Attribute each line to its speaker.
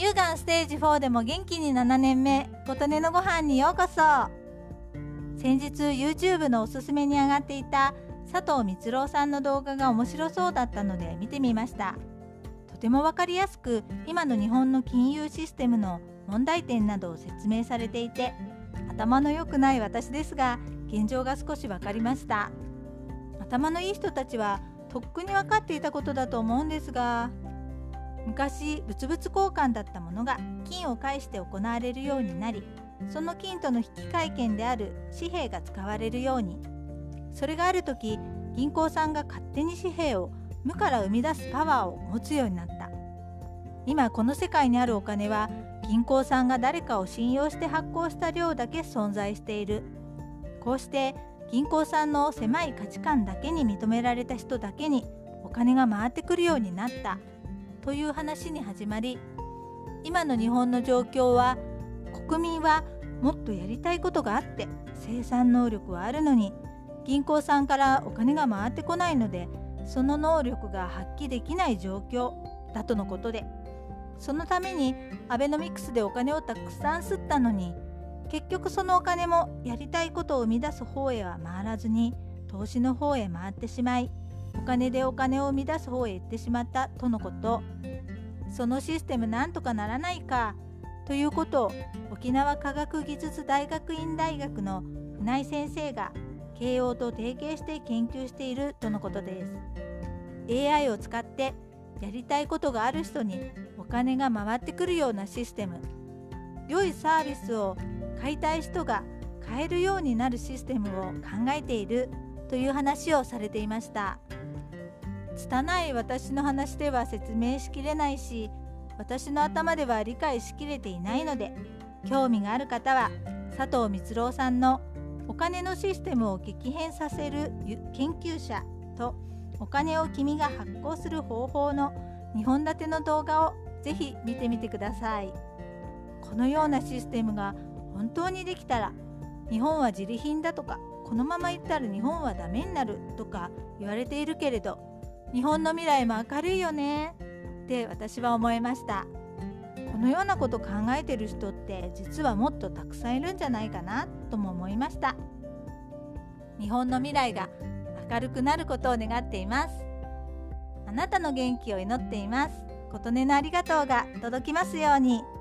Speaker 1: 乳がんステージ4でも元気に7年目、琴音のご飯にようこそ。先日 YouTube のおすすめに上がっていた佐藤光郎さんの動画が面白そうだったので見てみました。とてもわかりやすく今の日本の金融システムの問題点などを説明されていて、頭の良くない私ですが現状が少し分かりました。頭のいい人たちはとっくに分かっていたことだと思うんですが、昔物々交換だったものが金を介して行われるようになり、その金との引換券である紙幣が使われるように、それがある時銀行さんが勝手に紙幣を無から生み出すパワーを持つようになった。今この世界にあるお金は銀行さんが誰かを信用して発行した量だけ存在している。こうして銀行さんの狭い価値観だけに認められた人だけにお金が回ってくるようになったという話に始まり、今の日本の状況は国民はもっとやりたいことがあって生産能力はあるのに銀行さんからお金が回ってこないので、その能力が発揮できない状況だとのことで、そのためにアベノミクスでお金をたくさん吸ったのに、結局そのお金もやりたいことを生み出す方へは回らずに投資の方へ回ってしまい、お金でお金を生み出す方へ行ってしまったとのこと。そのシステムなんとかならないかということを沖縄科学技術大学院大学の船井先生が慶応と提携して研究しているとのことです。 AI を使ってやりたいことがある人にお金が回ってくるようなシステム、良いサービスを買いたい人が買えるようになるシステムを考えているという話をされていました。拙い私の話では説明しきれないし、私の頭では理解しきれていないので、興味がある方は佐藤光郎さんのお金のシステムを激変させる研究者とお金を君が発行する方法の2本立ての動画をぜひ見てみてください。このようなシステムが本当にできたら、日本は自利品だとか、このままいったら日本はダメになるとか言われているけれど、日本の未来も明るいよねって私は思いました。このようなこと考えている人って実はもっとたくさんいるんじゃないかなとも思いました。日本の未来が明るくなることを願っています。あなたの元気を祈っています。琴音のありがとうが届きますように。